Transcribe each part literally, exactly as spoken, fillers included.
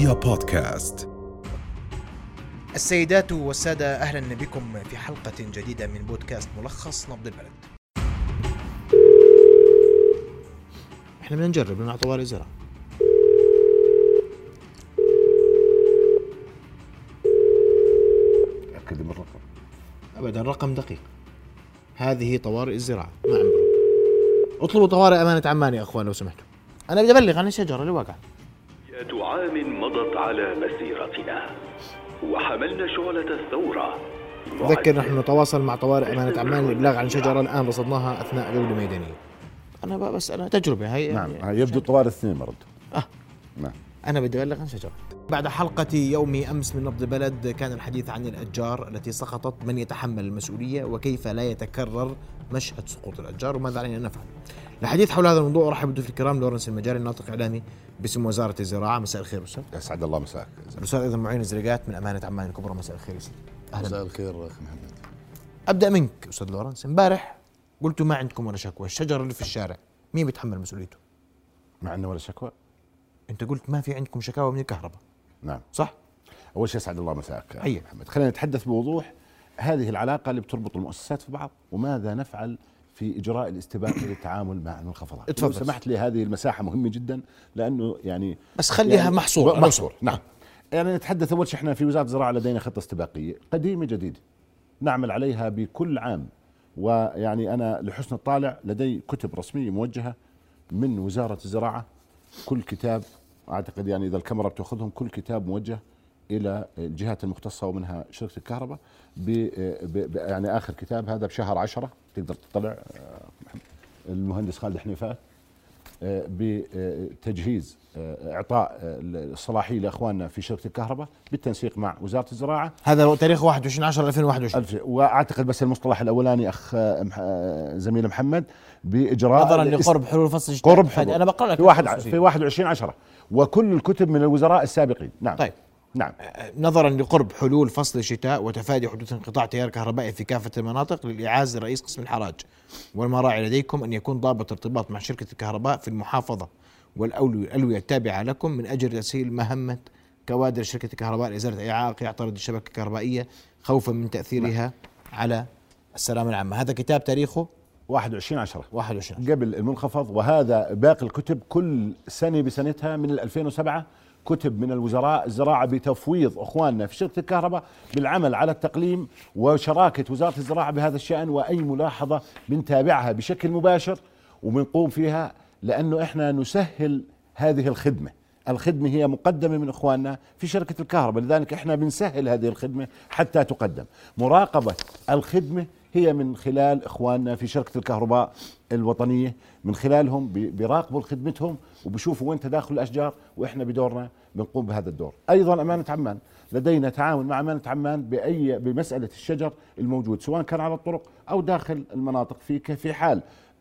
رؤيا بودكاست. السيدات والسادة، أهلا بكم في حلقة جديدة من بودكاست ملخص نبض البلد. احنا بدنا نجرب مع طوارئ زراعة. تأكد من الرقم. أبدا، الرقم دقيق. هذه طوارئ الزراعة، ما عم برد. اطلبوا طوارئ أمانة عمان يا أخوان لو سمحتوا. أنا بدي أبلغ عن الشجرة اللي واقعة. مئة عام مضت على مسيرتنا وحملنا شعلة الثورة. أذكر نحن نتواصل مع طوارئ أمانة عمان للإبلاغ عن شجرة الآن رصدناها أثناء جولة ميدانية. أنا بس أنا تجربة هاي. نعم، يعني يبدو طوارئ اثنين مرض. آه. نعم. أنا بدي أبلغ عن شجرة. بعد حلقة يوم أمس من نبض البلد كان الحديث عن الأشجار التي سقطت، من يتحمل المسؤولية وكيف لا يتكرر مشهد سقوط الأشجار وماذا علينا أن نفعل. لحديث حول هذا الموضوع أرحب بالضيوف الكرام لورنس المجاري، الناطق إعلامي باسم وزارة الزراعة. مساء الخير أستاذ. أسعد الله مساك. الأستاذ أيضا معين الزرقات من أمانة عمان الكبرى. مساء الخير. أهلا. مساء الخير أخي محمد. أبدأ منك أستاذ لورنس. امبارح قلتوا ما عندكم ولا شكوى، الشجر اللي في الشارع مين بيتحمل مسؤوليته؟ ما عندنا ولا شكوى. أنت قلت ما في عندكم شكاوى من الكهرباء. نعم صح. أول شيء أسعد الله مساك أيه. محمد. خلينا نتحدث بوضوح هذه العلاقة اللي بتربط المؤسسات في بعض وماذا نفعل في إجراء الاستباقي للتعامل مع المنخفضات. اتفضل. لو سمحت لي، هذه المساحة مهمة جدا لأنه يعني بس خليها يعني محصورة. محصور. نعم. يعني نتحدث أول شيء، احنا في وزارة الزراعة لدينا خطة استباقية قديمة جديدة نعمل عليها بكل عام، ويعني أنا لحسن الطالع لدي كتب رسمية موجهة من وزارة الزراعة، كل كتاب أعتقد يعني إذا الكاميرا بتأخذهم كل كتاب موجه إلى الجهات المختصة ومنها شركة الكهرباء. يعني آخر كتاب هذا بشهر عشرة، تقدر تطلع المهندس خالد حنيفات بتجهيز إعطاء الصلاحية لأخواننا في شركة الكهرباء بالتنسيق مع وزارة الزراعة. هذا تاريخ واحد وعشرين عشرة ألفين وواحد وعشرين. وأعتقد بس المصطلح الأولاني أخ زميل محمد بإجراء نظرا لقرب حلول فصل الشتاء. قرب حلول. أنا بقرأ لك في واحد في واحد وعشرين عشرة، وكل الكتب من الوزراء السابقين. نعم. طيب. نعم. نظرا لقرب حلول فصل الشتاء وتفادي حدوث انقطاع تيار كهربائي في كافة المناطق، للإعاز رئيس قسم الحراج والمراعي لديكم أن يكون ضابط ارتباط مع شركة الكهرباء في المحافظة والألوية التابعة لكم من أجل تسهيل مهمة كوادر شركة الكهرباء لإزالة أي عائق يعترض الشبكة الكهربائية خوفا من تأثيرها على السلامة العامة. هذا كتاب تاريخه واحد وعشرين عشرة واحد وعشرين عشرة قبل المنخفض، وهذا باقي الكتب كل سنة بسنتها من ألفين وسبعة كتب من الوزراء الزراعة بتفويض أخواننا في شركة الكهرباء بالعمل على التقليم، وشراكة وزارة الزراعة بهذا الشأن، وأي ملاحظة بنتابعها بشكل مباشر وبنقوم فيها، لأنه إحنا نسهل هذه الخدمة. الخدمة هي مقدمة من إخواننا في شركة الكهرباء، لذلك إحنا بنسهل هذه الخدمة حتى تقدم. مراقبة الخدمة هي من خلال إخواننا في شركة الكهرباء الوطنية، من خلالهم بيراقبوا خدمتهم وبيشوفوا وين تداخل الأشجار، وإحنا بدورنا بنقوم بهذا الدور. أيضا أمانة عمان، لدينا تعاون مع أمانة عمان بأي بمسألة الشجر الموجود سواء كان على الطرق أو داخل المناطق، في في حال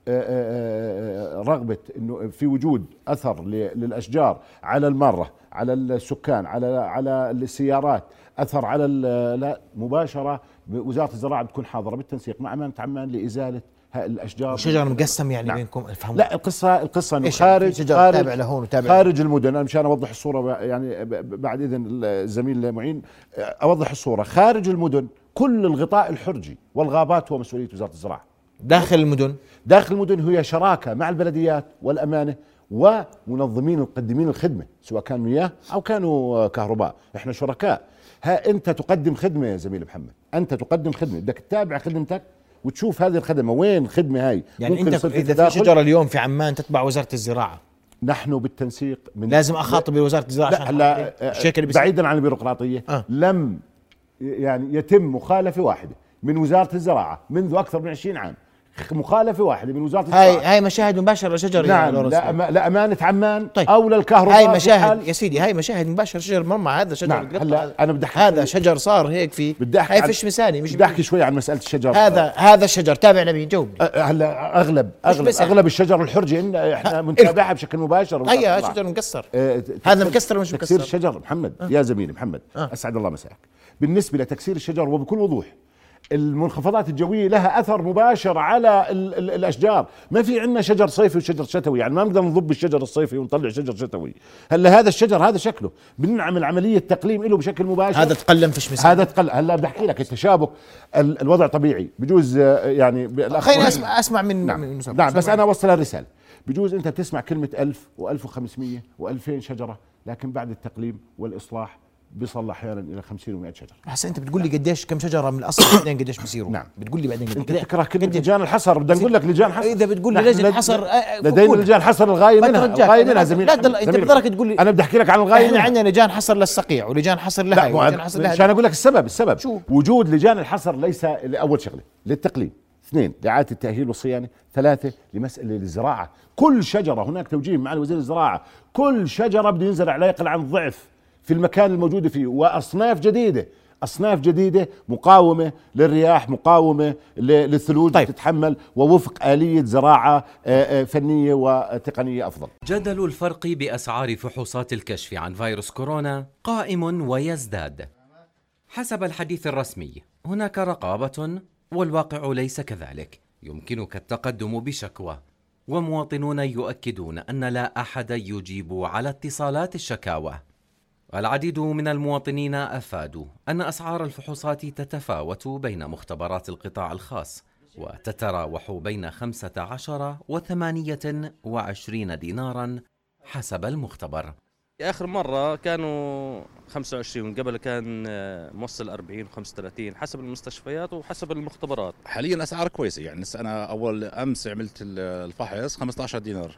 رغبة إنه في وجود أثر للأشجار على المارة، على السكان، على على السيارات، أثر على لا مباشرة وزارة الزراعة بتكون حاضرة بالتنسيق مع أمانة عمان لإزالة الأشجار. شجر مقسم يعني. نعم. بينكم الفهم. لا، القصة القصة إنه خارج خارج تابع لهون وتابع خارج المدن. أنا مشان أوضح الصورة يعني بعد إذن الزميل معين أوضح الصورة. خارج المدن كل الغطاء الحرجي والغابات هو مسؤولية وزارة الزراعة. داخل المدن داخل المدن هي شراكة مع البلديات والأمانة ومنظمين المقدمين الخدمة سواء كانوا مياه أو كانوا كهرباء. إحنا شركاء. ها أنت تقدم خدمة يا زميل محمد، أنت تقدم خدمة، بدك تتابع خدمتك وتشوف هذه الخدمة وين الخدمة هاي. يعني أنت إذا في شجرة اليوم في عمان تتبع وزارة الزراعة، نحن بالتنسيق من لازم أخاطب وزارة الزراعة. لا لا بعيدا عن البيروقراطية. أه. لم يعني يتم مخالفة واحدة من وزارة الزراعة منذ أكثر من عشرين عام، مخالفة واحدة من وزارة الزراعة. هاي هاي مشاهد مباشرة لشجر. نعم. لا لأمانة عمان. طيب. أو للكهرباء. هاي مشاهد يا سيدي، هاي مشاهد مباشرة شجر مرمى. هذا شجر. نعم. هلا أنا بدي أحكي، هذا شجر صار هيك في هاي فيش مثالي. مش بدي أحكي شوي عن مسألة الشجر. هذا هذا الشجر تابع لمين؟ جاوبني. هلا أغلب أغلب أغلب الشجر الحرجي إن إحنا بنتابعها بشكل مباشر. أي شجر مكسر. اه هذا مكسر مش مكسر. تكسير الشجر محمد. أه. يا زميلي محمد. أه. أسعد الله مساك. بالنسبة لتكسير الشجر وبكل وضوح المنخفضات الجويه لها اثر مباشر على ال ال الاشجار. ما في عندنا شجر صيفي وشجر شتوي، يعني ما نقدر نضب الشجر الصيفي ونطلع شجر شتوي. هلا هذا الشجر هذا شكله بنعمل عمليه تقليم له بشكل مباشر، هذا تقلم فيش مساحه، هذا تقلم. هلا بدي احكي لك التشابك، ال الوضع طبيعي بجوز يعني. خليني اسمع اسمع من نعم, من نعم بس انا اوصل الرساله. بجوز انت بتسمع كلمه ألف وألف وخمسمية وألفين شجره، لكن بعد التقليم والاصلاح بيصل احيانا الى خمسين ومئة شجره. هسه انت بتقول لي قديش كم شجره من الاصل بعدين قديش بصيروا؟ نعم بتقول لي بعدين انت تكره كلمه لجان الحصر، بدنا نقول لك لجان حصر. اذا بتقول لي لجنه حصر لدينا لجان حصر الغايه منها، الغايه منها زميل. لا انت بتقدرك تقول لي انا بدي احكي لك عن الغايه. احنا عندنا لجان حصر للصقيع ولجان حصر لهي ولجان حصر لهي. عشان اقول لك السبب السبب شو؟ وجود لجان الحصر ليس لاول شغله للتقليم، اثنين لإعادة التأهيل والصيانة، ثلاثة لمسألة للزراعة. كل شجرة هناك توجيه مع وزير الزراعة، كل شجرة بده ينزل على يقل عن الضعف في المكان الموجود فيه، وأصناف جديدة أصناف جديدة مقاومة للرياح، مقاومة للثلوج، طيب. تتحمل ووفق آلية زراعة فنية وتقنية أفضل. جدل الفرق بأسعار فحوصات الكشف عن فيروس كورونا قائم ويزداد. حسب الحديث الرسمي هناك رقابة، والواقع ليس كذلك. يمكنك التقدم بشكوى، ومواطنون يؤكدون أن لا أحد يجيب على اتصالات الشكاوى. العديد من المواطنين أفادوا أن أسعار الفحوصات تتفاوت بين مختبرات القطاع الخاص، وتتراوح بين خمسة عشر وثمانية وعشرين دينارا حسب المختبر. آخر مرة كانوا خمسة وعشرين، قبل كان موصل أربعين وخمسة وثلاثين حسب المستشفيات وحسب المختبرات. حاليا أسعار كويسة، يعني أنا أول أمس عملت الفحص خمسة عشر دينار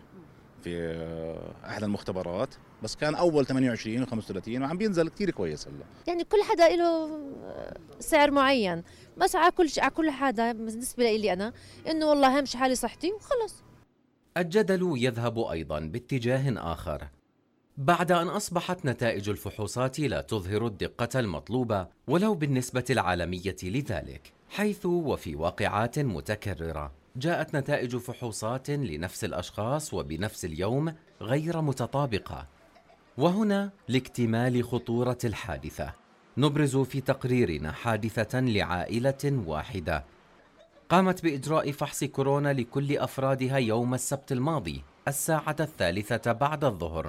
في أحد المختبرات، بس كان أول ثمانية وعشرين وخمسة وثلاثين وعم بينزل كتير كويس. هلا يعني كل حدا له سعر معين، بس على كل على كل حدا بالنسبة لي أنا إنه والله أهم شيء حالي صحتي وخلص. الجدل يذهب أيضا باتجاه آخر. بعد أن أصبحت نتائج الفحوصات لا تظهر الدقة المطلوبة ولو بالنسبة العالمية لذلك، حيث وفي واقعات متكررة جاءت نتائج فحوصات لنفس الأشخاص وبنفس اليوم غير متطابقة. وهنا لاكتمال خطورة الحادثة نبرز في تقريرنا حادثة لعائلة واحدة قامت بإجراء فحص كورونا لكل أفرادها يوم السبت الماضي الساعة الثالثة بعد الظهر،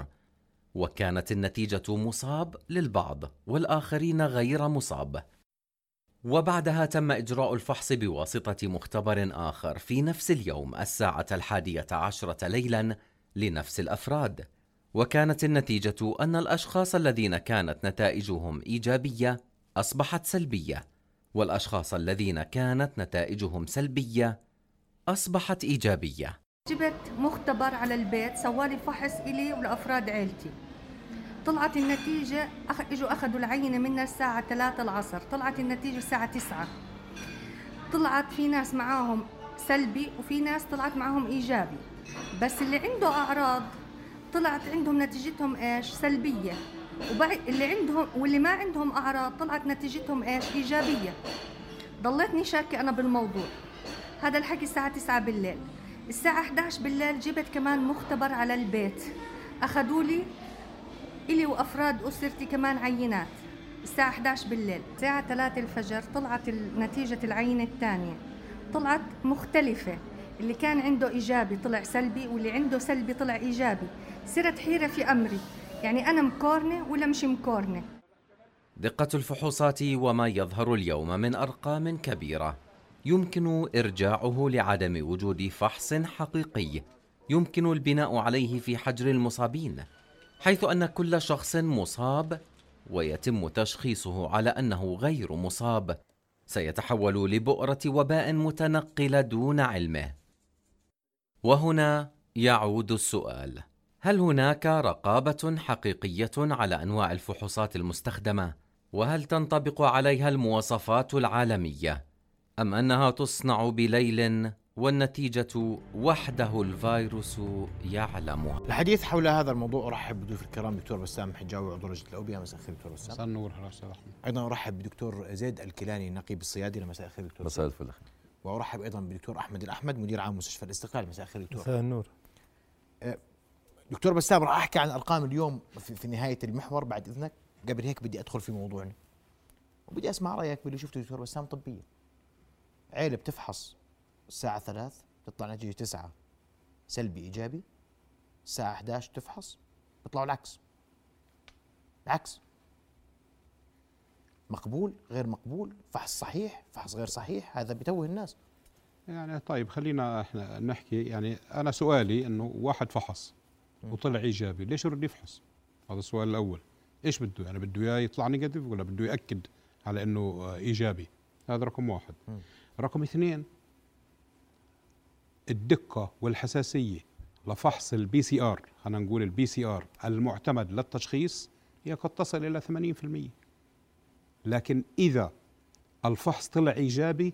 وكانت النتيجة مصاب للبعض والآخرين غير مصاب. وبعدها تم إجراء الفحص بواسطة مختبر آخر في نفس اليوم الساعة الحادية عشرة ليلا لنفس الأفراد، وكانت النتيجة أن الأشخاص الذين كانت نتائجهم إيجابية أصبحت سلبية، والأشخاص الذين كانت نتائجهم سلبية أصبحت إيجابية. جبت مختبر على البيت سوالي فحص إلي ولأفراد عيلتي، طلعت النتيجة أخ... إجوا أخذوا العينة منا الساعة ثلاثة العصر، طلعت النتيجة الساعة تسعة. طلعت في ناس معاهم سلبي وفي ناس طلعت معاهم إيجابي، بس اللي عنده أعراض طلعت عندهم نتيجتهم إيش؟ سلبية، وبعد اللي عندهم واللي ما عندهم أعراض طلعت نتيجتهم إيش؟ إيجابية. ضليتني شاكة أنا بالموضوع. هذا الحكي الساعة تسعة بالليل. الساعة إحدى عشر بالليل جبت كمان مختبر على البيت، أخذوا لي إلي وأفراد أسرتي كمان عينات الساعة إحدى عشر بالليل. الساعة ثلاثة الفجر طلعت نتيجة العينة الثانية، طلعت مختلفة، اللي كان عنده إيجابي طلع سلبي واللي عنده سلبي طلع إيجابي. صرت حيرة في أمري، يعني أنا مكورنة ولا مش مكورنة؟ دقة الفحوصات وما يظهر اليوم من أرقام كبيرة يمكن إرجاعه لعدم وجود فحص حقيقي يمكن البناء عليه في حجر المصابين، حيث أن كل شخص مصاب ويتم تشخيصه على أنه غير مصاب سيتحول لبؤرة وباء متنقلة دون علمه. وهنا يعود السؤال: هل هناك رقابة حقيقية على أنواع الفحوصات المستخدمة؟ وهل تنطبق عليها المواصفات العالمية؟ أم أنها تصنع بليل والنتيجة وحده الفيروس يعلمها؟ الحديث حول هذا الموضوع أرحب بضيوف الكرام دكتور بسام حجاوي عضو لجنة الأوبئة. مساء الخير دكتور بسام. مساء النور. هلا استاذ احمد. أيضا أرحب بدكتور زيد الكيلاني نقيب الصيادلة. مساء الخير دكتور. مساء الفل. وأرحب أيضا بدكتور أحمد الأحمد مدير عام مستشفى الاستقلال. مساء الخير دكتور. مساء النور. دكتور بسام، راح أحكي عن أرقام اليوم في, في نهاية المحور بعد إذنك. قبل هيك بدي أدخل في موضوعنا وبدي أسمع رأيك باللي شفته دكتور بسام طبيا. عيلة بتفحص الساعة ثلاث بتطلع نتيجة تسعة سلبي إيجابي، الساعة أحد عشر تفحص بيطلعوا العكس. العكس مقبول غير مقبول، فحص صحيح فحص غير صحيح، هذا بتوه الناس. يعني طيب خلينا احنا نحكي، يعني انا سؤالي انه واحد فحص وطلع ايجابي، ليش يرد يفحص؟ هذا السؤال الاول. ايش بده؟ يعني بده اياه يطلع نيجاتيف ولا بده ياكد على انه ايجابي؟ هذا رقم واحد. م. رقم اثنين، الدقه والحساسيه لفحص البي سي ار، خلينا نقول البي سي ار المعتمد للتشخيص هي قد تصل الى ثمانين بالمئة، لكن اذا الفحص طلع ايجابي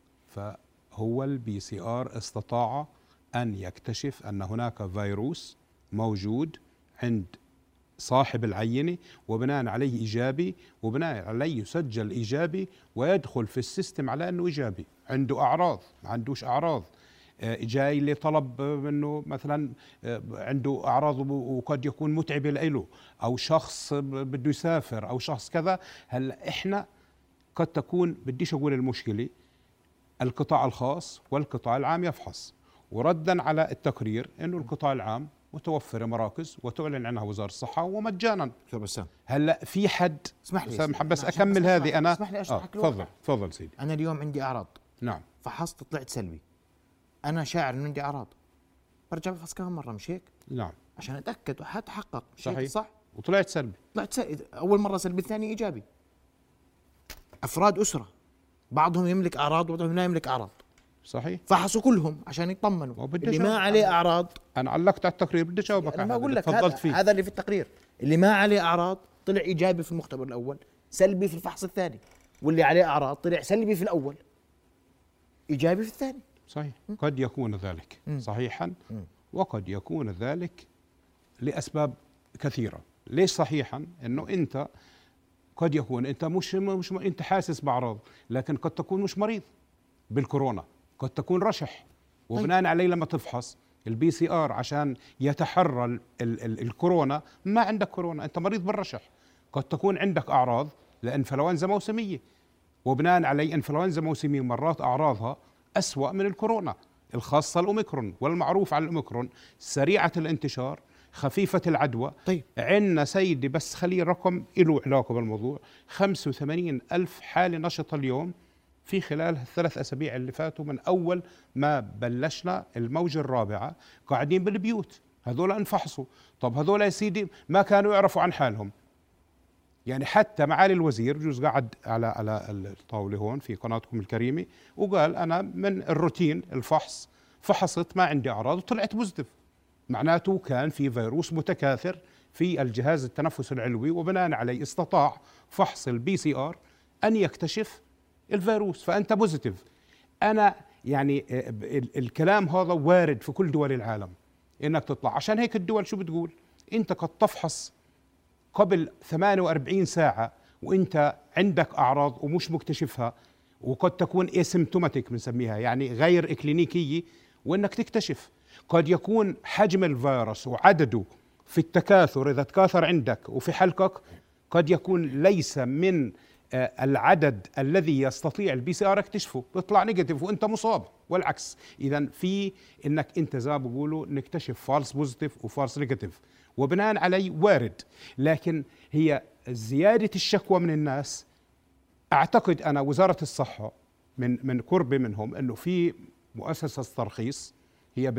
فهو البي سي ار استطاع ان يكتشف ان هناك فيروس موجود عند صاحب العينه، وبناء عليه ايجابي، وبناء عليه يسجل ايجابي ويدخل في السيستم على انه ايجابي. عنده اعراض ما عندوش اعراض، جاي لي طلب منه مثلا عنده اعراض وقد يكون متعبه له، او شخص بده يسافر، او شخص كذا. هلا احنا قد تكون، بديش اقول المشكله، القطاع الخاص والقطاع العام يفحص، وردا على التقرير انه القطاع العام متوفره مراكز وتعلن عنها وزاره الصحه ومجانا. هلا في حد، اسمح لي استاذ محمد بس اكمل هذه انا. اسمح لي اشرح لك. تفضل تفضل سيدي. انا اليوم عندي اعراض، نعم، فحصت طلعت سلبي، انا شاعر انه عندي اعراض، برجع بفحص كمان مره، مش هيك؟ نعم، عشان اتاكد واتحقق. صحيح، صح، وطلعت سلبي. طلعت سلبي اول مره سلبي، الثاني ايجابي. افراد اسره بعضهم يملك اعراض وبعضهم لا يملك اعراض، صحيح، فحصوا كلهم عشان يطمنوا. اللي ما عليه اعراض، انا علقت على التقرير بدي اجاوبك. انا بقول لك هذا, فيه. هذا اللي في التقرير، اللي ما عليه اعراض طلع ايجابي في المختبر الاول، سلبي في الفحص الثاني، واللي عليه اعراض طلع سلبي في الاول، ايجابي في الثاني. صحيح، م. قد يكون ذلك م. صحيحا، م. وقد يكون ذلك لاسباب كثيره. ليش صحيحا؟ انه انت قد يكون انت مش مش انت حاسس باعراض، لكن قد تكون مش مريض بالكورونا، قد تكون رشح، وبناء عليه لما تفحص البي سي ار عشان يتحرى ال ال ال الكورونا، ما عندك كورونا، انت مريض بالرشح. قد تكون عندك اعراض لانفلونزا موسميه، وبناء عليه انفلونزا موسميه مرات اعراضها اسوأ من الكورونا، الخاصه الاوميكرون، والمعروف على الاوميكرون سريعه الانتشار، خفيفة العدوى. طيب عندنا سيدي، بس خليه رقم له علاقة بالموضوع، خمسة وثمانين ألف حالة نشطة اليوم في خلال الثلاث أسابيع اللي فاتوا من أول ما بلشنا الموجة الرابعة، قاعدين بالبيوت. هذول انفحصوا. طب هذول يا سيدي ما كانوا يعرفوا عن حالهم، يعني حتى معالي الوزير جوز قعد على على الطاولة هون في قناتكم الكريمة وقال أنا من الروتين الفحص فحصت ما عندي أعراض وطلعت بوزيتيف، معناته كان في فيروس متكاثر في الجهاز التنفس العلوي، وبناء عليه استطاع فحص البي سي ار ان يكتشف الفيروس، فانت بوزيتيف. انا يعني الكلام هذا وارد في كل دول العالم انك تطلع، عشان هيك الدول شو بتقول؟ انت قد تفحص قبل ثمانية وأربعين ساعة وانت عندك اعراض ومش مكتشفها، وقد تكون اسيمتوماتيك بنسميها، يعني غير اكلينيكية، وانك تكتشف. قد يكون حجم الفيروس وعدده في التكاثر إذا تكاثر عندك وفي حلقك قد يكون ليس من العدد الذي يستطيع البي سي ار يكتشفه، بيطلع نيجاتيف وانت مصاب، والعكس. اذا في انك انت زي ما بيقولوا نكتشف فالس بوزيتيف وفالس نيجاتيف، وبناء عليه وارد. لكن هي زياده الشكوى من الناس، اعتقد انا وزاره الصحه من من قربي منهم انه في مؤسسه ترخيص هي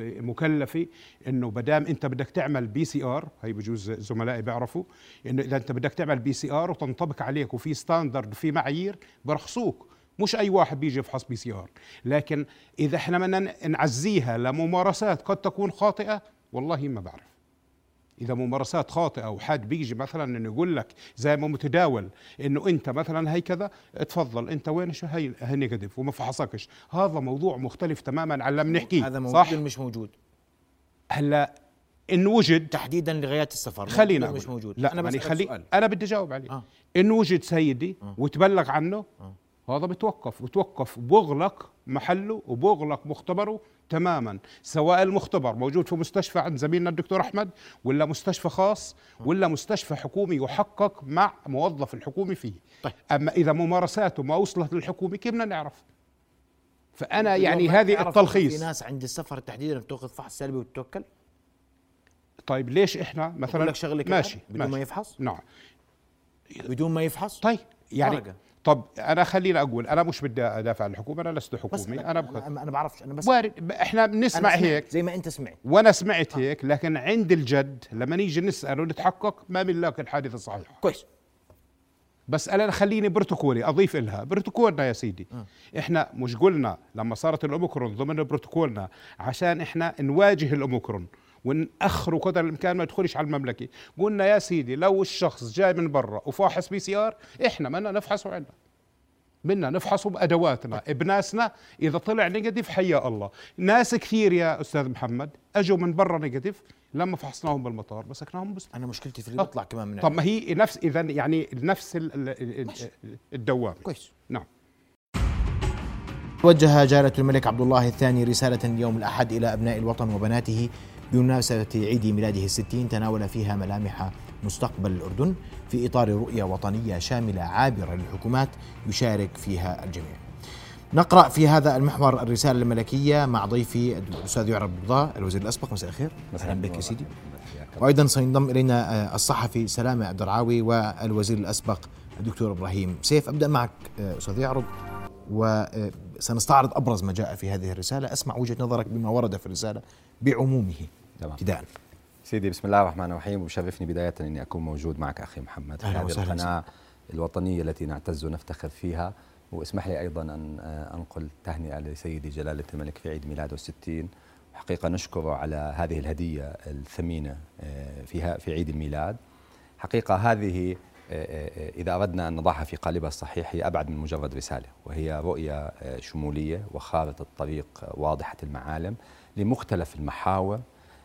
مكلفه انه بدام انت بدك تعمل بي سي ار، هي بجوز زملائي بيعرفوا انه اذا انت بدك تعمل بي سي ار وتنطبق عليك وفي ستاندرد وفي معايير برخصوك، مش اي واحد بيجي يفحص بي سي ار. لكن اذا احنا بدنا نعزيها لممارسات قد تكون خاطئه، والله ما بعرف. اذا ممارسات خاطئه وحد بيجي مثلا انه يقول لك زي ما متداول انه انت مثلا هي كذا، اتفضل انت وين شو هي هي نيجاتيف وما فحصكش، هذا موضوع مختلف تماما عن اللي بنحكيه. هذا موجود صح؟ مش موجود. هلا ان وجد تحديدا لغايات السفر خلينا مش موجود. لا انا يعني خلي انا بدي اجاوب عليه. آه. ان وجد سيدي آه. وتبلغ عنه آه. هذا بتوقف وتوقف وبغلق محله وبغلق مختبره تماما، سواء المختبر موجود في مستشفى عند زميلنا الدكتور احمد، ولا مستشفى خاص، ولا مستشفى حكومي يحقق مع موظف الحكومي فيه. طيب. اما اذا ممارساته ما وصلت للحكومه كيف بدنا نعرف؟ فانا يعني هذه التلخيص. في ناس عند السفر تحديدا بتاخذ فحص سلبي وتتوكل. طيب ليش احنا مثلا لك شغله ماشي بدون ماشي. ما يفحص؟ نعم بدون ما يفحص. طيب يعني فرقة. طب انا خليني اقول انا مش بدي ادافع عن الحكومه، انا لست حكومي، انا بخ... انا بعرفش انا بس وارد احنا بنسمع هيك زي ما انت سمعت وانا سمعت هيك، لكن عند الجد لما نيجي نسال ونتحقق ما بنلاقي الحادثه صحيحه. كويس. بس انا خليني بروتوكولي اضيف لها بروتوكولنا يا سيدي. م. احنا مش قلنا لما صارت الاوميكرون ضمن بروتوكولنا عشان احنا نواجه الاوميكرون ونأخروا قدر الامكان ما يدخلش على المملكه، قلنا يا سيدي لو الشخص جاي من برا وفاحص بي سي ار احنا بدنا نفحصه عندنا، بدنا نفحصه بادواتنا بناسنا، اذا طلع نيجاتيف حيا الله. ناس كثير يا استاذ محمد اجوا من برا نيجاتيف لما فحصناهم بالمطار مسكناهم بس. انا مشكلتي في اللي بيطلع كمان من طب ما هي نفس اذا يعني نفس الدوام. كويس. نعم. وجه جلالة الملك عبد الله الثاني رسالة اليوم الأحد إلى أبناء الوطن وبناته بمناسبة عيد ميلاده الستين، تناول فيها ملامح مستقبل الأردن في إطار رؤية وطنية شاملة عابرة للحكومات يشارك فيها الجميع. نقرأ في هذا المحور الرسالة الملكية مع ضيفي الأستاذ يعرب بالرضا الوزير الأسبق. مساء الخير. أهلا بك يا سيدي. وأيضا سينضم إلينا الصحفي سلامة عبد الراوي والوزير الأسبق الدكتور إبراهيم سيف. أبدأ معك أستاذ يعرب وسنستعرض أبرز ما جاء في هذه الرسالة، أسمع وجهة نظرك بما ورد في الرسالة بعمومه ابتداء. سيدي بسم الله الرحمن الرحيم، وبشرفني بداية أني أكون موجود معك أخي محمد في هذه القناة الوطنية التي نعتز ونفتخر فيها. واسمح لي أيضا أن أنقل تهنئة لسيدي جلالة الملك في عيد ميلاده الستين، حقيقة نشكره على هذه الهدية الثمينة فيها في عيد الميلاد. حقيقة هذه إذا أردنا أن نضعها في قالبها الصحيح هي أبعد من مجرد رسالة، وهي رؤية شمولية وخارطة طريق واضحة المعالم لمختلف المحاور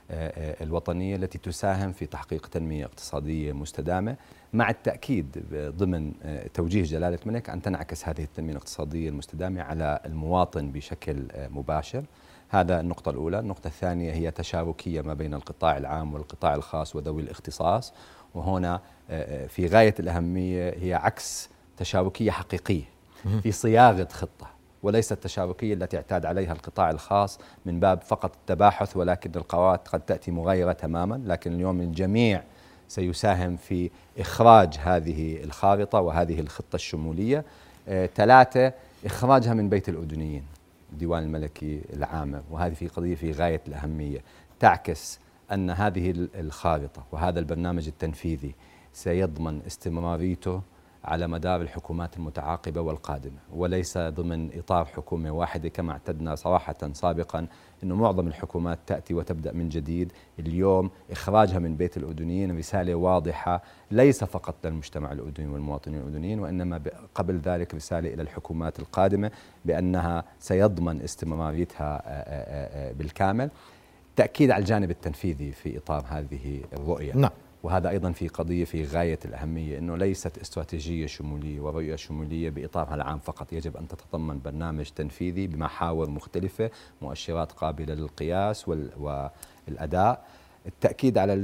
الوطنية التي تساهم في تحقيق تنمية اقتصادية مستدامة، مع التأكيد ضمن توجيه جلالة الملك أن تنعكس هذه التنمية الاقتصادية المستدامة على المواطن بشكل مباشر. هذا النقطة الأولى. النقطة الثانية هي تشاركية ما بين القطاع العام والقطاع الخاص وذوي الاختصاص، وهنا في غاية الأهمية هي عكس تشاركية حقيقية في صياغة خطة، وليست التشاركية التي اعتاد عليها القطاع الخاص من باب فقط التباحث، ولكن القرارات قد تأتي مغايرة تماما. لكن اليوم الجميع سيساهم في إخراج هذه الخارطة وهذه الخطة الشمولية. ثلاثة، إخراجها من بيت الأردنيين الديوان الملكي العامة، وهذه في قضية في غاية الأهمية تعكس أن هذه الخارطة وهذا البرنامج التنفيذي سيضمن استمراريته على مدار الحكومات المتعاقبة والقادمة، وليس ضمن إطار حكومة واحدة كما اعتدنا صراحة سابقا أنه معظم الحكومات تأتي وتبدأ من جديد. اليوم إخراجها من بيت الأردنيين رسالة واضحة ليس فقط للمجتمع الأردني والمواطنين الأردنيين، وإنما قبل ذلك رسالة إلى الحكومات القادمة بأنها سيضمن استمراريتها بالكامل. تأكيد على الجانب التنفيذي في إطار هذه الرؤية. نعم. وهذا أيضا في قضية في غاية الأهمية، أنه ليست استراتيجية شمولية ورؤية شمولية بإطارها العام فقط، يجب أن تتضمن برنامج تنفيذي بمحاور مختلفة، مؤشرات قابلة للقياس والأداء. التأكيد على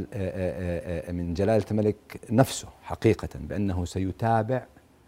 من جلالة الملك نفسه حقيقة بأنه سيتابع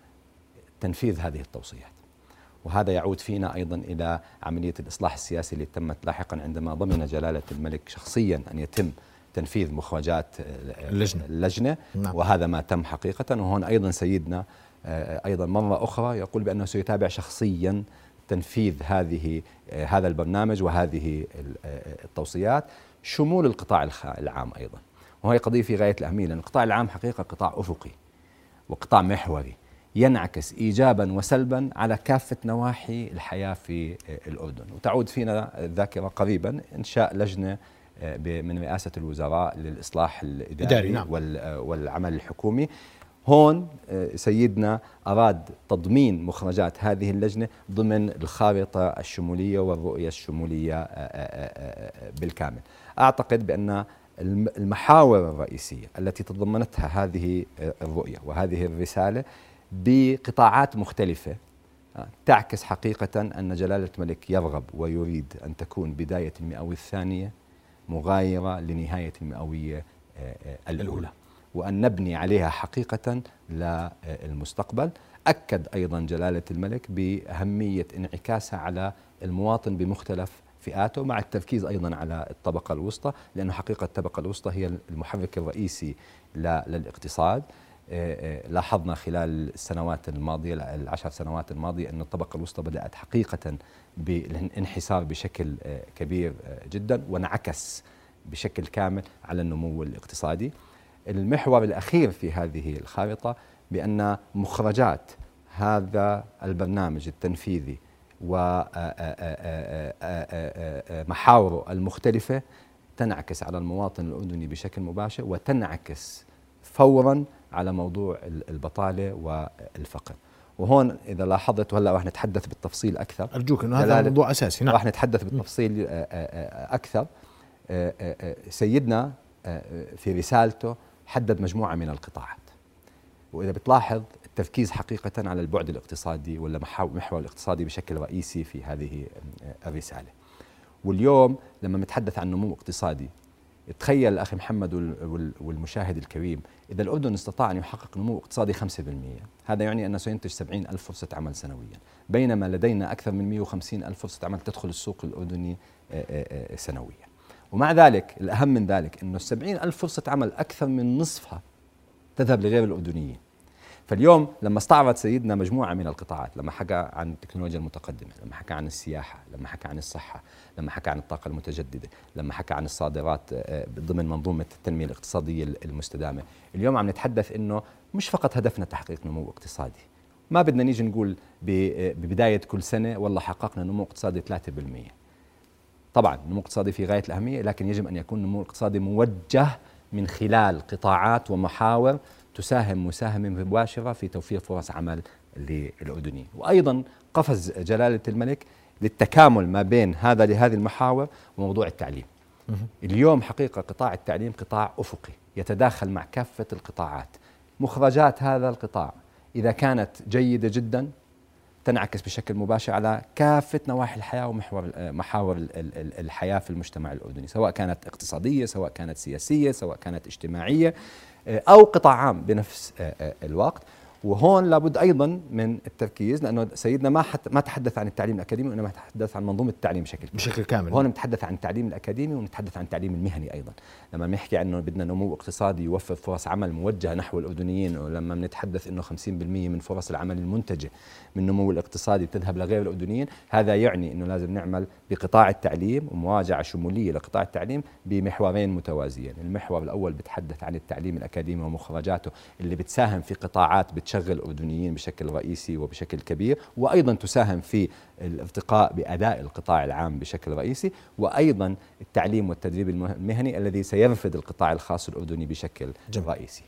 تنفيذ هذه التوصيات، وهذا يعود فينا أيضا إلى عملية الإصلاح السياسي اللي تمت لاحقا عندما ضمن جلالة الملك شخصيا أن يتم تنفيذ مخرجات اللجنة, اللجنة. نعم. وهذا ما تم حقيقة. وهون أيضا سيدنا أيضا مرة أخرى يقول بأنه سيتابع شخصيا تنفيذ هذه هذا البرنامج وهذه التوصيات، شمول القطاع العام أيضا، وهي قضية في غاية الأهمية، لأن القطاع العام حقيقة قطاع أفقي وقطاع محوري ينعكس إيجابا وسلبا على كافة نواحي الحياة في الأردن. وتعود فينا الذاكرة قريبا إنشاء لجنة من رئاسة الوزراء للإصلاح الإداري نعم. والعمل الحكومي. هون سيدنا أراد تضمين مخرجات هذه اللجنة ضمن الخارطة الشمولية والرؤية الشمولية بالكامل. أعتقد بأن المحاور الرئيسية التي تضمنتها هذه الرؤية وهذه الرسالة بقطاعات مختلفة تعكس حقيقة أن جلالة الملك يرغب ويريد أن تكون بداية المئوية الثانية مغايرة لنهاية المئوية الأولى، وأن نبني عليها حقيقة للمستقبل. أكد أيضا جلالة الملك بأهمية انعكاسها على المواطن بمختلف فئاته، مع التركيز أيضا على الطبقة الوسطى، لأنه حقيقة الطبقة الوسطى هي المحرك الرئيسي للاقتصاد. لاحظنا خلال السنوات الماضية العشر سنوات الماضية أن الطبقة الوسطى بدأت حقيقة بالانحسار بشكل كبير جدا، وانعكس بشكل كامل على النمو الاقتصادي. المحور الأخير في هذه الخارطة بأن مخرجات هذا البرنامج التنفيذي ومحاوره المختلفة تنعكس على المواطن الأردني بشكل مباشر، وتنعكس فورا على موضوع البطالة والفقر. وهون إذا لاحظت، وهلا راح نتحدث بالتفصيل أكثر، أرجوك إنه هذا موضوع أساسي. نعم. راح نتحدث بالتفصيل أكثر. سيدنا في رسالته حدد مجموعة من القطاعات، وإذا بتلاحظ التركيز حقيقة على البعد الاقتصادي ولا محور الاقتصادي بشكل رئيسي في هذه الرسالة. واليوم لما نتحدث عن نمو اقتصادي، تخيل أخي محمد والمشاهد الكريم، إذا الأردن استطاع أن يحقق نمو اقتصادي خمسة بالمئة، هذا يعني أنه سينتج سبعين ألف فرصة عمل سنويا، بينما لدينا أكثر من مئة وخمسين ألف فرصة عمل تدخل السوق الأردني سنويا. ومع ذلك الأهم من ذلك أنه السبعين ألف فرصة عمل أكثر من نصفها تذهب لغير الأردنيين. فاليوم لما استعرض سيدنا مجموعة من القطاعات، لما حكى عن التكنولوجيا المتقدمة، لما حكى عن السياحة، لما حكى عن الصحة، لما حكى عن الطاقة المتجددة، لما حكى عن الصادرات ضمن منظومة التنمية الاقتصادية المستدامة، اليوم عم نتحدث إنه مش فقط هدفنا تحقيق نمو اقتصادي، ما بدنا نيجي نقول ببداية كل سنة والله حققنا نمو اقتصادي ثلاثة بالمئة. طبعا نمو اقتصادي في غاية الأهمية، لكن يجب أن يكون نمو اقتصادي موجه من خلال قطاعات ومحاور تساهم مساهمة مباشرة في توفير فرص عمل للأردنيين. وأيضا قفز جلالة الملك للتكامل ما بين هذا لهذه المحاور وموضوع التعليم. اليوم حقيقة قطاع التعليم قطاع أفقي يتداخل مع كافة القطاعات. مخرجات هذا القطاع إذا كانت جيدة جدا تنعكس بشكل مباشر على كافة نواحي الحياة ومحور محاور الحياة في المجتمع الأردني، سواء كانت اقتصادية، سواء كانت سياسية، سواء كانت اجتماعية، أو قطاع عام بنفس الوقت. وهون لابد أيضا من التركيز، لأنه سيدنا ما حت ما تحدث عن التعليم الأكاديمي، وإنما تحدث عن منظومة التعليم بشكل كامل. بشكل كامل. هون نتحدث عن التعليم الأكاديمي ونتحدث عن التعليم المهني أيضا. لما بنحكي أنه بدنا نمو اقتصادي يوفر فرص عمل موجهة نحو الأردنيين، ولما بنتحدث أنه خمسين بالمئة من فرص العمل المنتجة من النمو الاقتصادي تذهب لغير الأردنيين، هذا يعني أنه لازم نعمل بقطاع التعليم ومواجهة شمولية لقطاع التعليم بمحورين متوازيين. المحور الأول بتحدث عن التعليم الأكاديمي ومخرجاته اللي بتساهم في قطاعات بتشغل الأردنيين بشكل رئيسي وبشكل كبير، وأيضا تساهم في الارتقاء بأداء القطاع العام بشكل رئيسي، وأيضا التعليم والتدريب المهني الذي سيرفد القطاع الخاص الأردني بشكل جميل. رئيسي.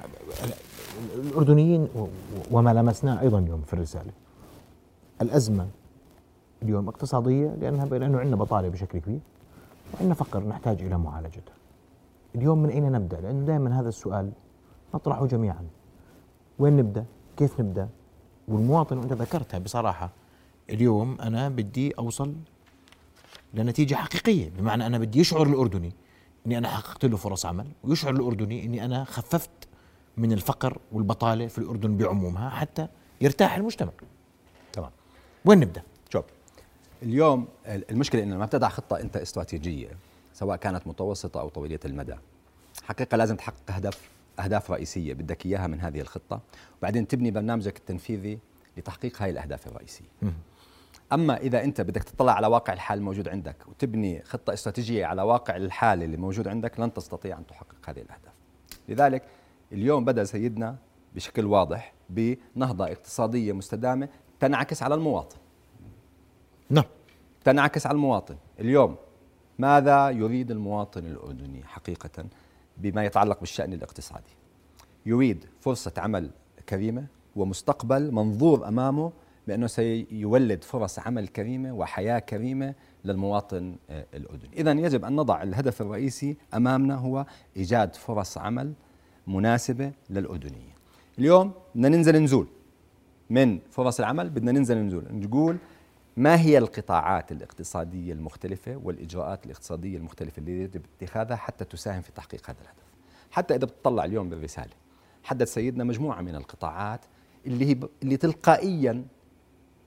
الأردنيين وما لمسناه أيضا اليوم في الرسالة، الأزمة اليوم اقتصادية لأنها لأنه عندنا بطالة بشكل كبير وعندنا فقر نحتاج إلى معالجته. اليوم من أين نبدأ؟ لأنه دائما هذا السؤال نطرحه جميعا، وين نبدأ؟ كيف نبدأ؟ والمواطن وأنت ذكرتها بصراحة، اليوم أنا بدي أوصل لنتيجة حقيقية، بمعنى أنا بدي يشعر الأردني أني أنا حققت له فرص عمل، ويشعر الأردني أني أنا خففت من الفقر والبطالة في الأردن بعمومها حتى يرتاح المجتمع. تمام. وين نبدأ؟ شوف، اليوم المشكلة إنه لما بتضع خطة أنت استراتيجية سواء كانت متوسطة أو طويلة المدى، حقيقة لازم تحقق أهداف أهداف رئيسية بدك إياها من هذه الخطة، وبعدين تبني برنامجك التنفيذي لتحقيق هاي الأهداف الرئيسية. م. أما إذا أنت بدك تطلع على واقع الحال الموجود عندك وتبني خطة استراتيجية على واقع الحال اللي موجود عندك، لن تستطيع أن تحقق هذه الأهداف. لذلك اليوم بدأ سيدنا بشكل واضح بنهضة اقتصادية مستدامة تنعكس على المواطن. نعم. تنعكس على المواطن. اليوم ماذا يريد المواطن الأردني حقيقة بما يتعلق بالشأن الاقتصادي؟ يريد فرصة عمل كريمة ومستقبل منظور أمامه بأنه سيولد فرص عمل كريمة وحياة كريمة للمواطن الأردني. إذن يجب أن نضع الهدف الرئيسي أمامنا هو إيجاد فرص عمل مناسبة للأردنيين. اليوم بدنا ننزل نزول من فرص العمل، بدنا ننزل نزول نقول ما هي القطاعات الاقتصادية المختلفة والإجراءات الاقتصادية المختلفة اللي يجب اتخاذها حتى تساهم في تحقيق هذا الهدف. حتى إذا بتطلع اليوم بالرسالة حدد سيدنا مجموعة من القطاعات اللي هي اللي تلقائيا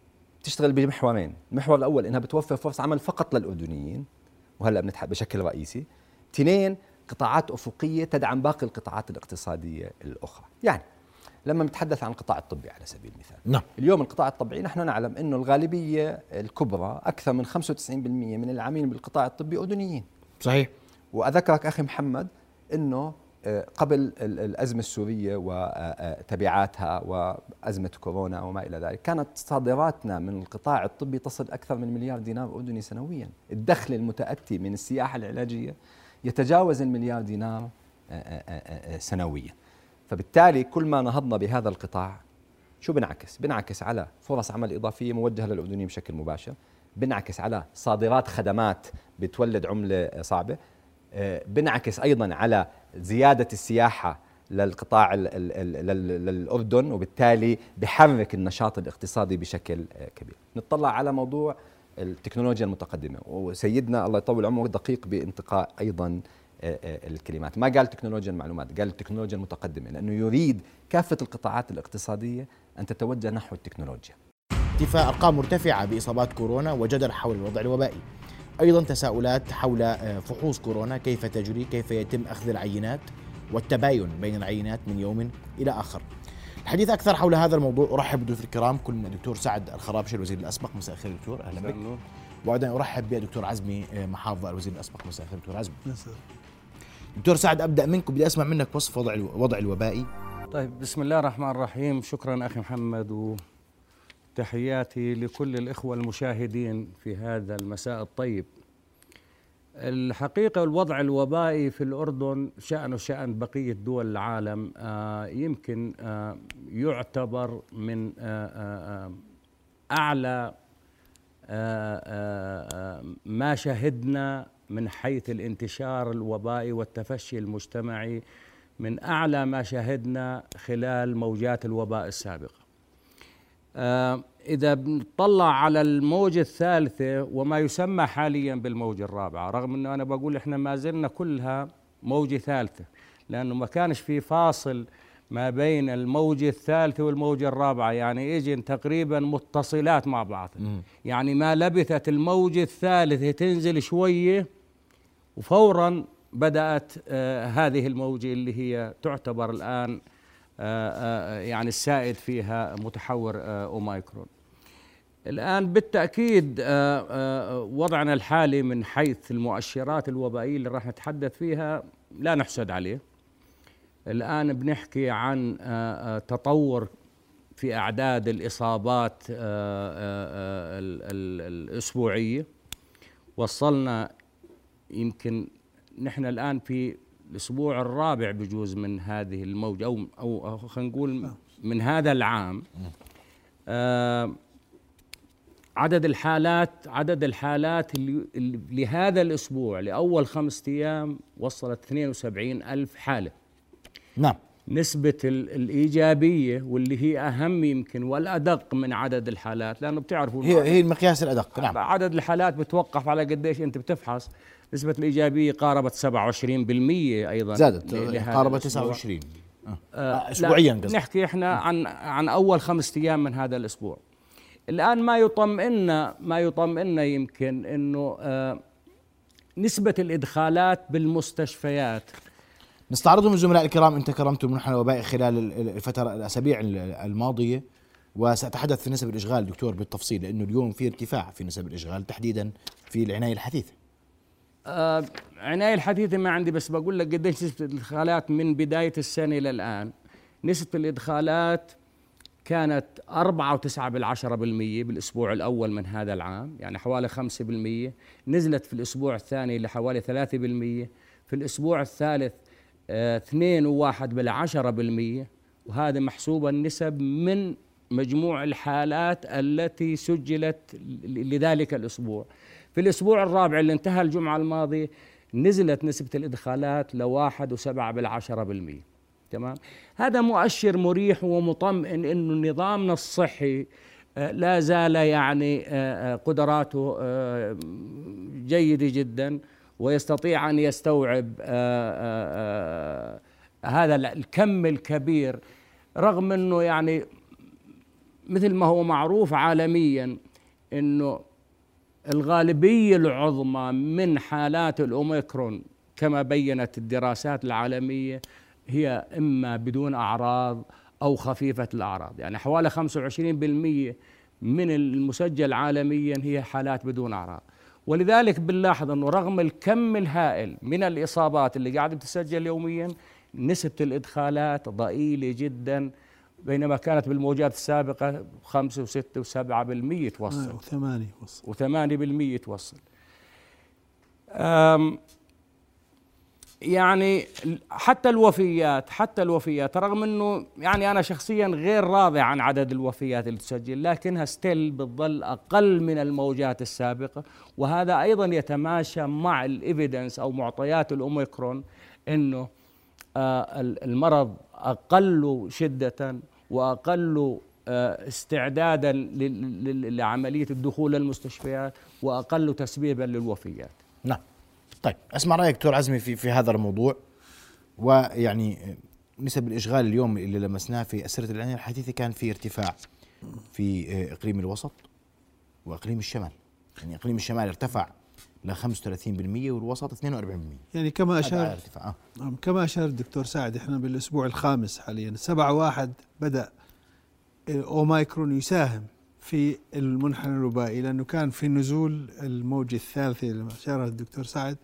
بتشتغل بمحورين، المحور الأول إنها بتوفر فرص عمل فقط للأردنيين، وهلأ بنتحدث بشكل رئيسي. اثنين، قطاعات أفقية تدعم باقي القطاعات الاقتصادية الأخرى. يعني لما نتحدث عن القطاع الطبي على سبيل المثال، نعم. اليوم القطاع الطبي نحن نعلم أنه الغالبية الكبرى أكثر من خمسة وتسعين بالمئة من العاملين بالقطاع الطبي أردنيين. صحيح. وأذكرك أخي محمد أنه قبل الأزمة السورية وتبعاتها وأزمة كورونا وما إلى ذلك كانت صادراتنا من القطاع الطبي تصل أكثر من مليار دينار أردني سنويا. الدخل المتأتي من السياحة العلاجية يتجاوز المليار دينار سنويا. فبالتالي كل ما نهضنا بهذا القطاع شو بنعكس؟ بنعكس على فرص عمل إضافية موجهة للأردنيين بشكل مباشر، بنعكس على صادرات خدمات بتولد عملة صعبة، بنعكس أيضا على زيادة السياحة للقطاع للأردن، وبالتالي بحرك النشاط الاقتصادي بشكل كبير. نطلع على موضوع التكنولوجيا المتقدمة، وسيدنا الله يطول عمره دقيق بانتقاء أيضا الكلمات، ما قال تكنولوجيا المعلومات، قال التكنولوجيا المتقدمة، لأنه يريد كافة القطاعات الاقتصادية أن تتوجه نحو التكنولوجيا. ارتفاع أرقام مرتفعة بإصابات كورونا وجدل حول الوضع الوبائي، أيضا تساؤلات حول فحوص كورونا، كيف تجري، كيف يتم أخذ العينات والتباين بين العينات من يوم إلى آخر. الحديث أكثر حول هذا الموضوع أرحب بضيوف الكرام، كلنا دكتور سعد الخرابشي الوزير الأسبق، مساء الخير دكتور، أهلا بك. وأيضا أرحب بدكتور عزمي محافظ الوزير الأسبق، مساء الخير دكتور عزمي. دكتور سعد، أبدأ منك، بدي أسمع منك وصف وضع الوضع الوبائي. طيب، بسم الله الرحمن الرحيم. شكرا أخي محمد، وتحياتي لكل الإخوة المشاهدين في هذا المساء الطيب. الحقيقة الوضع الوبائي في الأردن شأنه شأن بقية دول العالم، آه يمكن آه يعتبر من آه آه أعلى آه آه ما شهدنا من حيث الانتشار الوبائي والتفشي المجتمعي، من أعلى ما شهدنا خلال موجات الوباء السابقة. آه إذا بنطلع على الموجة الثالثة وما يسمى حاليا بالموجة الرابعة، رغم أنه أنا بقول إحنا ما زلنا كلها موجة ثالثة، لأنه ما كانش في فاصل ما بين الموجة الثالثة والموجة الرابعة، يعني إجن تقريبا متصلات مع بعض. م. يعني ما لبثت الموجة الثالثة تنزل شوية وفورا بدأت آه هذه الموجة اللي هي تعتبر الآن آه آه يعني السائد فيها متحور آه أوميكرون. الآن بالتأكيد آه آه وضعنا الحالي من حيث المؤشرات الوبائية اللي راح نتحدث فيها لا نحسد عليه. الآن بنحكي عن آه آه تطور في أعداد الإصابات آه آه ال ال الأسبوعية. وصلنا يمكن نحن الآن في الأسبوع الرابع بجوز من هذه الموجة، أو أو خلينا نقول من هذا العام. آه عدد الحالات عدد الحالات اللي, اللي لهذا الأسبوع لأول خمسة أيام وصلت اثنين وسبعين ألف حالة. نعم. نسبة الإيجابية واللي هي أهم يمكن والأدق من عدد الحالات، لأنه بتعرفوا هي هي المقياس الأدق. نعم. عدد الحالات بتوقف على قديش أنت بتفحص. نسبة الإيجابية قاربت سبعة وعشرين بالمئة أيضا، زادت قاربت تسعة وعشرين آه أسبوعيا. نحكي إحنا عن عن أول خمسة أيام من هذا الأسبوع. الآن ما يطمئننا ما يطمئننا يمكن إنه آه نسبة الإدخالات بالمستشفيات. نستعرضهم الزملاء الكرام. أنت كرمتم منحنى الوباء خلال الفترة الأسابيع الماضية، وسأتحدث في نسب الإشغال دكتور بالتفصيل، لأنه اليوم في ارتفاع في نسب الإشغال تحديدا في العناية الحديثة. آه عناية الحديثة ما عندي، بس بقول لك قديش نسبة الإدخالات من بداية السنة إلى الآن. نسبة الإدخالات كانت أربعة وتسعة بالعشرة بالمية بالأسبوع الأول من هذا العام، يعني حوالي خمسة بالمية. نزلت في الأسبوع الثاني لحوالي ثلاثة بالمية. في الأسبوع الثالث آه اثنين وواحد بالعشرة بالمية. وهذا محسوبة النسب من مجموع الحالات التي سجلت لذلك الأسبوع. في الأسبوع الرابع اللي انتهى الجمعة الماضية نزلت نسبة الإدخالات لواحد وسبعة بالعشرة بالمية. تمام. هذا مؤشر مريح ومطمئن إنه نظامنا الصحي لا زال يعني قدراته جيدة جدا، ويستطيع أن يستوعب هذا الكم الكبير، رغم أنه يعني مثل ما هو معروف عالميا إنه الغالبية العظمى من حالات الأوميكرون كما بيّنت الدراسات العالمية هي إما بدون أعراض أو خفيفة الأعراض، يعني حوالي خمسة وعشرين بالمئة من المسجل عالميا هي حالات بدون أعراض. ولذلك بنلاحظ أنه رغم الكم الهائل من الإصابات اللي قاعدة تسجل يوميا، نسبة الإدخالات ضئيلة جدا، بينما كانت بالموجات السابقة خمسة وستة وسبعة بالمئة توصل وثمانية وصل وثمانية بالمئة توصل. يعني حتى الوفيات حتى الوفيات رغم انه يعني انا شخصيا غير راضي عن عدد الوفيات اللي تسجل، لكنها ستيل بتظل اقل من الموجات السابقه، وهذا ايضا يتماشى مع الايفيدنس او معطيات الاوميكرون انه المرض اقل شده واقل استعدادا لعمليه الدخول للمستشفيات واقل تسبيبا للوفيات. نعم. طيب اسمع رايك دكتور عزمي في في هذا الموضوع، ويعني نسب الاشغال اليوم اللي لمسناه في اسره العنايه الحديثه كان في ارتفاع في اقليم الوسط واقليم الشمال، يعني اقليم الشمال ارتفع ل خمسة وثلاثين بالمئة والوسط اثنين وأربعين بالمئة. يعني كما اشار آه. كما اشار الدكتور سعد، احنا بالاسبوع الخامس حاليا، سبعة واحد بدا اوميكرون يساهم في المنحنى الوبائي، لأنه كان في نزول الموجة الثالثة اللي أشارها الدكتور سعد،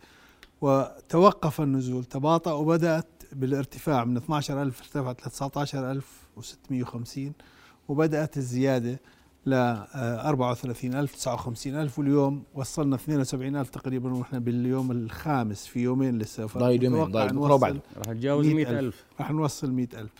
وتوقف النزول تباطأ وبدأت بالارتفاع من اثني عشر ألف ارتفعت ل تسعة عشر ألف وستمئة وخمسين، وبدأت الزيادة ل أربعة وثلاثين ألف تسعة وخمسين ألف، واليوم وصلنا اثنين وسبعين ألف تقريبا، ونحن باليوم الخامس في يومين لسه، ضايل يومين ضايل ربع راح نتجاوز مئة ألف، راح نوصل مئة ألف،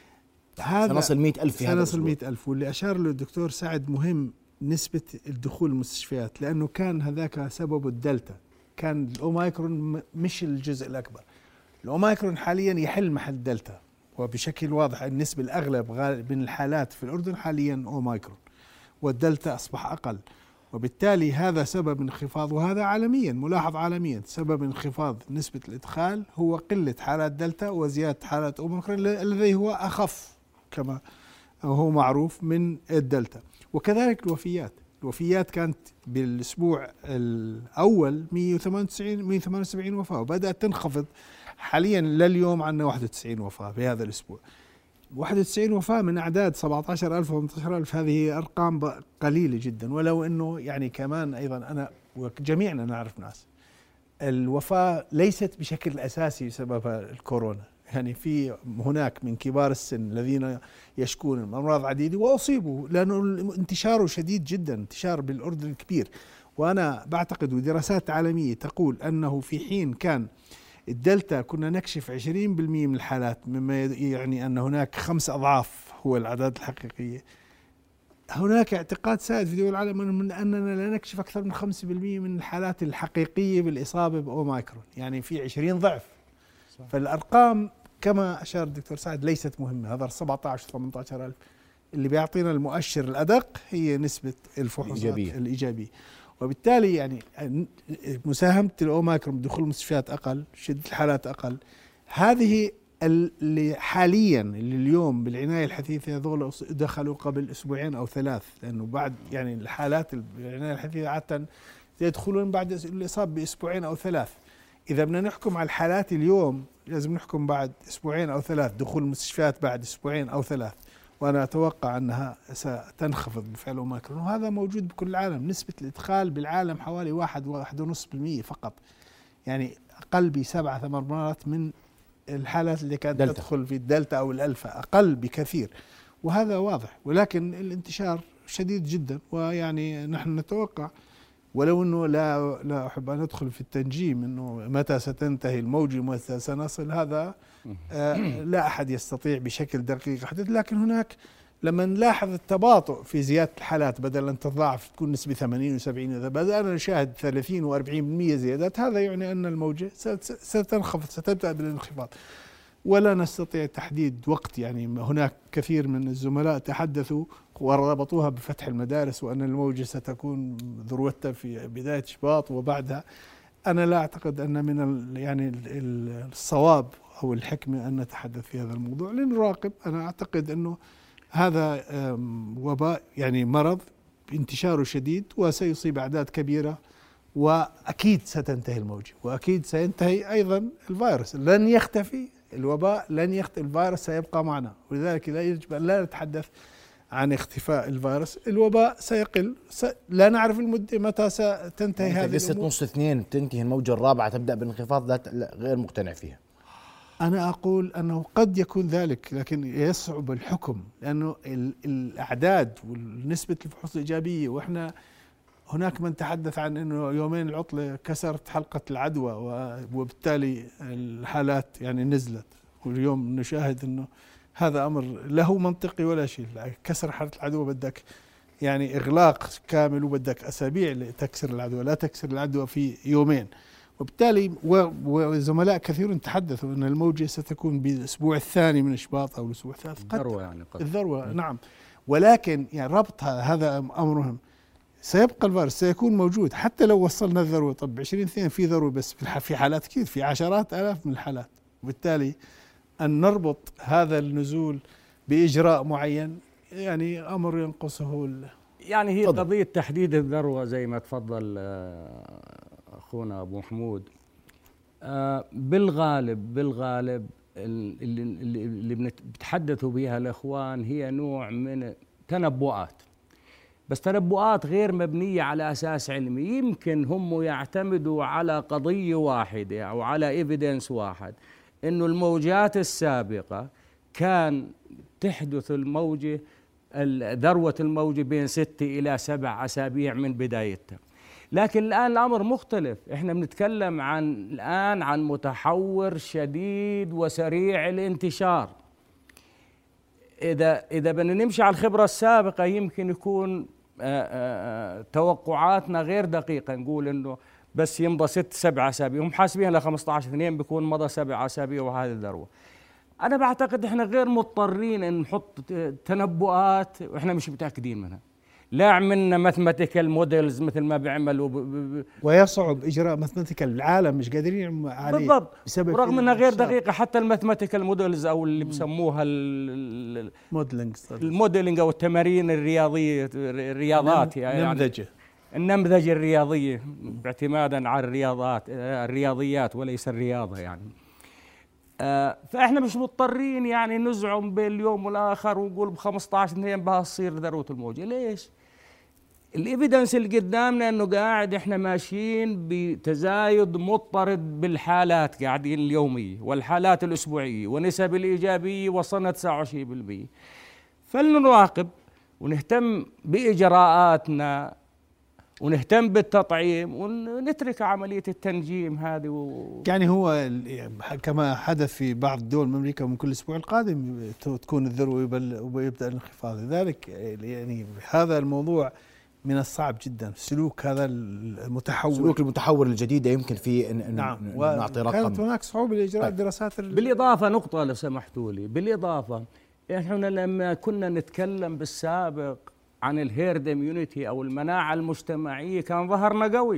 هذا سنصل مئة ألف في هذا سنصل مئة ألف. واللي أشار له الدكتور سعد مهم نسبة الدخول المستشفيات، لأنه كان هذاك سبب الدلتا، كان الأوميكرون مش الجزء الأكبر، الأوميكرون حاليا يحل محل دلتا، وبشكل واضح النسبة الأغلب من الحالات في الأردن حاليا أوميكرون، والدلتا أصبح أقل، وبالتالي هذا سبب انخفاض، وهذا عالميا ملاحظ عالميا، سبب انخفاض نسبة الإدخال هو قلة حالات دلتا وزيادة حالات أوميكرون الذي هو أخف كما هو معروف من الدلتا. وكذلك الوفيات، الوفيات كانت بالأسبوع الأول مئة وثمانية وتسعين مئة وثمانية وسبعين وفاة، وبدأت تنخفض حاليا لليوم عندنا واحد وتسعين وفاة في هذا الأسبوع. واحد وتسعين وفاة من أعداد سبعة عشر ألف و ثمانية عشر ألف، هذه أرقام قليلة جدا، ولو أنه يعني كمان أيضا أنا وجميعنا نعرف ناس الوفاة ليست بشكل أساسي بسبب الكورونا، يعني في هناك من كبار السن الذين يشكون من أمراض عديدة وأصيبوا، لأنه انتشاره شديد جدا، انتشار بالأردن كبير. وأنا بعتقد ودراسات عالمية تقول أنه في حين كان الدلتا كنا نكشف عشرين بالمئة من الحالات، مما يعني أن هناك خمس أضعاف هو الأعداد الحقيقية، هناك اعتقاد سائد في دول العالم من أننا لا نكشف أكثر من خمسة بالمئة من الحالات الحقيقية بالإصابة بأوميكرون، يعني في عشرين ضعف. صح. فالأرقام كما أشار الدكتور سعد ليست مهمة، هذا سبعة عشر ثمانية عشر ألف اللي بيعطينا المؤشر الأدق هي نسبة الفحوصات الإيجابية, الإيجابية. وبالتالي يعني مساهمة الأوميكرون بدخول المستشفيات أقل، شدة الحالات أقل، هذه اللي حاليا اللي اليوم بالعناية الحديثة هذول دخلوا قبل أسبوعين أو ثلاث، لأنه بعد يعني الحالات بالعناية الحديثة عادة يدخلون بعد الإصابة بأسبوعين أو ثلاث. إذا بدنا نحكم على الحالات اليوم لازم نحكم بعد أسبوعين أو ثلاث، دخول المستشفيات بعد أسبوعين أو ثلاث، وأنا أتوقع أنها ستنخفض بفعل أوميكرون، وهذا موجود بكل العالم. نسبة الإدخال بالعالم حوالي واحد واحد ونصف بالمئة فقط، يعني أقل بسبعة ثمان مرات من الحالات اللي كانت دلتا. تدخل في الدلتا أو الألفا، أقل بكثير، وهذا واضح. ولكن الانتشار شديد جدا، ويعني نحن نتوقع، ولو أنه لا لا أحب أن أدخل في التنجيم أنه متى ستنتهي الموجة متى سنصل، هذا آه لا أحد يستطيع بشكل دقيق حدث، لكن هناك لما نلاحظ التباطؤ في زيادة الحالات بدل أن تتضاعف تكون نسبة ثمانين وسبعين، إذا بدأنا نشاهد ثلاثين وأربعين بالمئة زيادات، هذا يعني أن الموجة ستنخفض، ستبدأ بالانخفاض، ولا نستطيع تحديد وقت. يعني هناك كثير من الزملاء تحدثوا وربطوها بفتح المدارس وأن الموجة ستكون ذروتها في بداية شباط وبعدها. أنا لا أعتقد أن من يعني الصواب أو الحكمة أن نتحدث في هذا الموضوع، لنراقب. أنا أعتقد أنه هذا وباء يعني مرض انتشاره شديد وسيصيب أعداد كبيرة، وأكيد ستنتهي الموجة، وأكيد سينتهي أيضا الفيروس، لن يختفي الوباء، لن يختفي الفيروس، سيبقى معنا. ولذلك لا يجب أن لا نتحدث عن اختفاء الفيروس. الوباء سيقل، س... لا نعرف المدة متى ستنتهي يعني هذه قصة الأمور. نص اثنين تنتهي الموجة الرابعة تبدأ بانخفاض، لا غير مقتنع فيها. أنا أقول أنه قد يكون ذلك، لكن يصعب الحكم، لأنه الأعداد ونسبة الفحوص الإيجابية، وإحنا هناك من تحدث عن أنه يومين العطلة كسرت حلقة العدوى وبالتالي الحالات يعني نزلت، واليوم نشاهد أنه هذا أمر له منطقي ولا شيء. كسر حالة العدوى بدك يعني إغلاق كامل، وبدك أسابيع لتكسر العدوى، لا تكسر العدوى في يومين. وبالتالي وزملاء كثيرون تحدثوا أن الموجة ستكون بالأسبوع الثاني من إشباط أو الأسبوع الثالث، الذروة يعني قد. الذروة نعم. ولكن يعني ربطها هذا أمر مهم. سيبقى الفيروس سيكون موجود حتى لو وصلنا الذروة. طب عشرين اثنين في ذروة، بس في حالات كثير، في عشرات آلاف من الحالات. وبالتالي أن نربط هذا النزول بإجراء معين يعني أمر ينقصه ال... يعني هي فضل. قضية تحديد الذروة زي ما تفضل أخونا أبو محمود. بالغالب بالغالب اللي, اللي بتحدثوا بها الإخوان هي نوع من تنبؤات، بس تنبؤات غير مبنية على أساس علمي. يمكن هم يعتمدوا على قضية واحدة أو على إيفيدنس واحد، إنه الموجات السابقة كان تحدث الموجة ذروة الموجة بين ستة إلى سبع أسابيع من بدايتها. لكن الآن الأمر مختلف، إحنا بنتكلم عن الآن عن متحور شديد وسريع الانتشار. إذا إذا بدنا نمشي على الخبرة السابقة يمكن يكون آآ آآ توقعاتنا غير دقيقة، نقول إنه بس يمضى ست سبع أسابيع، هم حاسبين ل خمسة عشر اثنين بيكون مضى سبع أسابيع وهذه الذروة. أنا بعتقد إحنا غير مضطرين إن نحط تنبؤات وإحنا مش متأكدين منها. لا عملنا ماثماتيكال موديلز مثل ما بيعملوا ب... ب... ويصعب إجراء ماثماتيكال، العالم مش قادرين عليه بالضبط، ورغم إنها غير دقيقة. حتى الماثماتيكال موديلز أو اللي بسموها الموديلنج الموديلنج أو التمارين الرياضية الرياضات يعني النمذجة النمذجة الرياضية باعتمادا على الرياضات الرياضيات وليس الرياضة يعني. آه فاحنا مش مضطرين يعني نزعم بين اليوم والاخر ونقول ب خمسة عشر اثنين بها تصير ذروه الموجه. ليش؟ الايفيدنس اللي قدامنا انه قاعد احنا ماشيين بتزايد مضطرد بالحالات قاعدين اليوميه والحالات الاسبوعيه ونسب الايجابيه وصلنا تسعة وعشرين بالمئة. فلنراقب ونهتم باجراءاتنا ونهتم بالتطعيم ونترك عملية التنجيم هذه و... يعني هو كما حدث في بعض الدول من أمريكا من كل أسبوع القادم تكون الذروة ويبدأ الانخفاض. لذلك يعني هذا الموضوع من الصعب جدا سلوك هذا المتحور، سلوك المتحور الجديد يمكن في نعم نعطي رقم. كانت هناك صعوبة لإجراء دراسات. بالإضافة نقطة لو سمحتوا لي، بالإضافة احنا لما كنا نتكلم بالسابق عن الهيرد اميونيتي او المناعه المجتمعيه كان ظهرنا قوي،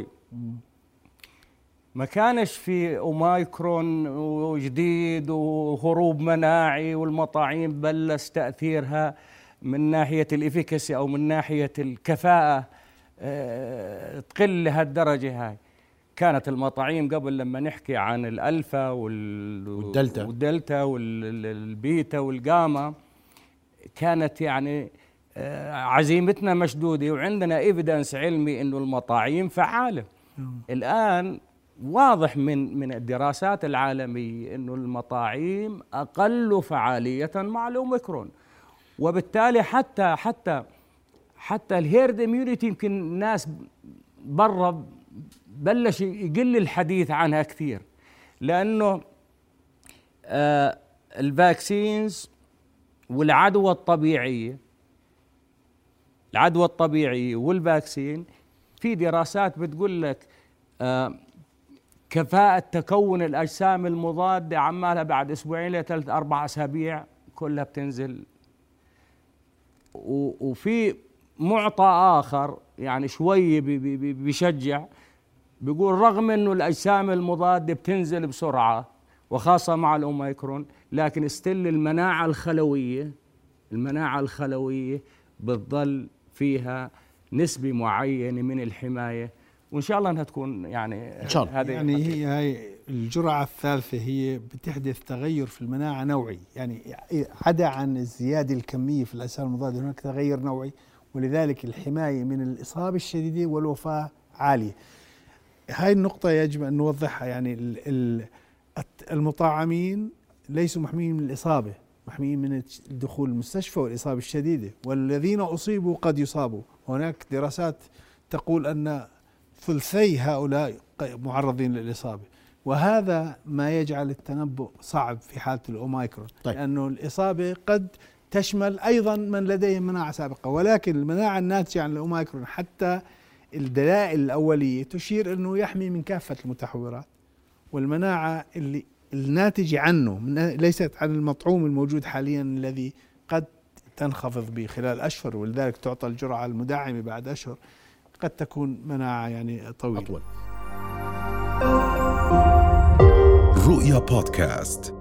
ما كانش في اوميكرون وجديد وهروب مناعي والمطاعيم بلش تاثيرها من ناحيه الافيكاسي او من ناحيه الكفاءه اه تقل لهالدرجه هاي. كانت المطاعيم قبل لما نحكي عن الالفا والدلتا والدلتا والبيتا والجاما كانت يعني عزيمتنا مشدودة وعندنا إيفيدنس علمي إنه المطاعيم فعالة. الآن واضح من من الدراسات العالمية إنه المطاعيم أقل فعالية مع الأوميكرون، وبالتالي حتى حتى حتى الهيرد اميونيتي يمكن الناس برا بلش يقل الحديث عنها كثير، لأنه آه الفاكسينز والعدوى الطبيعية العدوى الطبيعية والفاكسين في دراسات بتقول لك آه كفاءة تكون الأجسام المضادة عمالها بعد أسبوعين لثلاث أربع أسابيع كلها بتنزل. وفي معطى آخر يعني شوي بيشجع، بيقول رغم أنه الأجسام المضادة بتنزل بسرعة وخاصة مع الأوميكرون، لكن استل المناعة الخلوية المناعة الخلوية بتظل فيها نسبة معينة من الحماية، وإن شاء الله أنها تكون يعني إن شاء الله. يعني هي هاي الجرعة الثالثة هي بتحدث تغير في المناعة نوعي، يعني عدا عن الزيادة الكمية في الأجسام المضادة هناك تغير نوعي، ولذلك الحماية من الإصابة الشديدة والوفاة عالية. هاي النقطة يجب أن نوضحها، يعني المطعمين ليسوا محميين من الإصابة، محميين من الدخول المستشفى والإصابة الشديدة، والذين أصيبوا قد يصابوا. هناك دراسات تقول أن ثلثي هؤلاء معرضين للإصابة، وهذا ما يجعل التنبؤ صعب في حالة الأوميكرون. طيب. لأنه الإصابة قد تشمل أيضا من لديهم مناعة سابقة، ولكن المناعة الناتجة عن الأوميكرون حتى الدلائل الأولية تشير أنه يحمي من كافة المتحورات، والمناعة اللي الناتجة عنه ليست عن المطعوم الموجود حاليا الذي قد تنخفض به خلال أشهر، ولذلك تعطى الجرعة المدعمة بعد أشهر، قد تكون مناعة يعني طويلة. رؤيا بودكاست.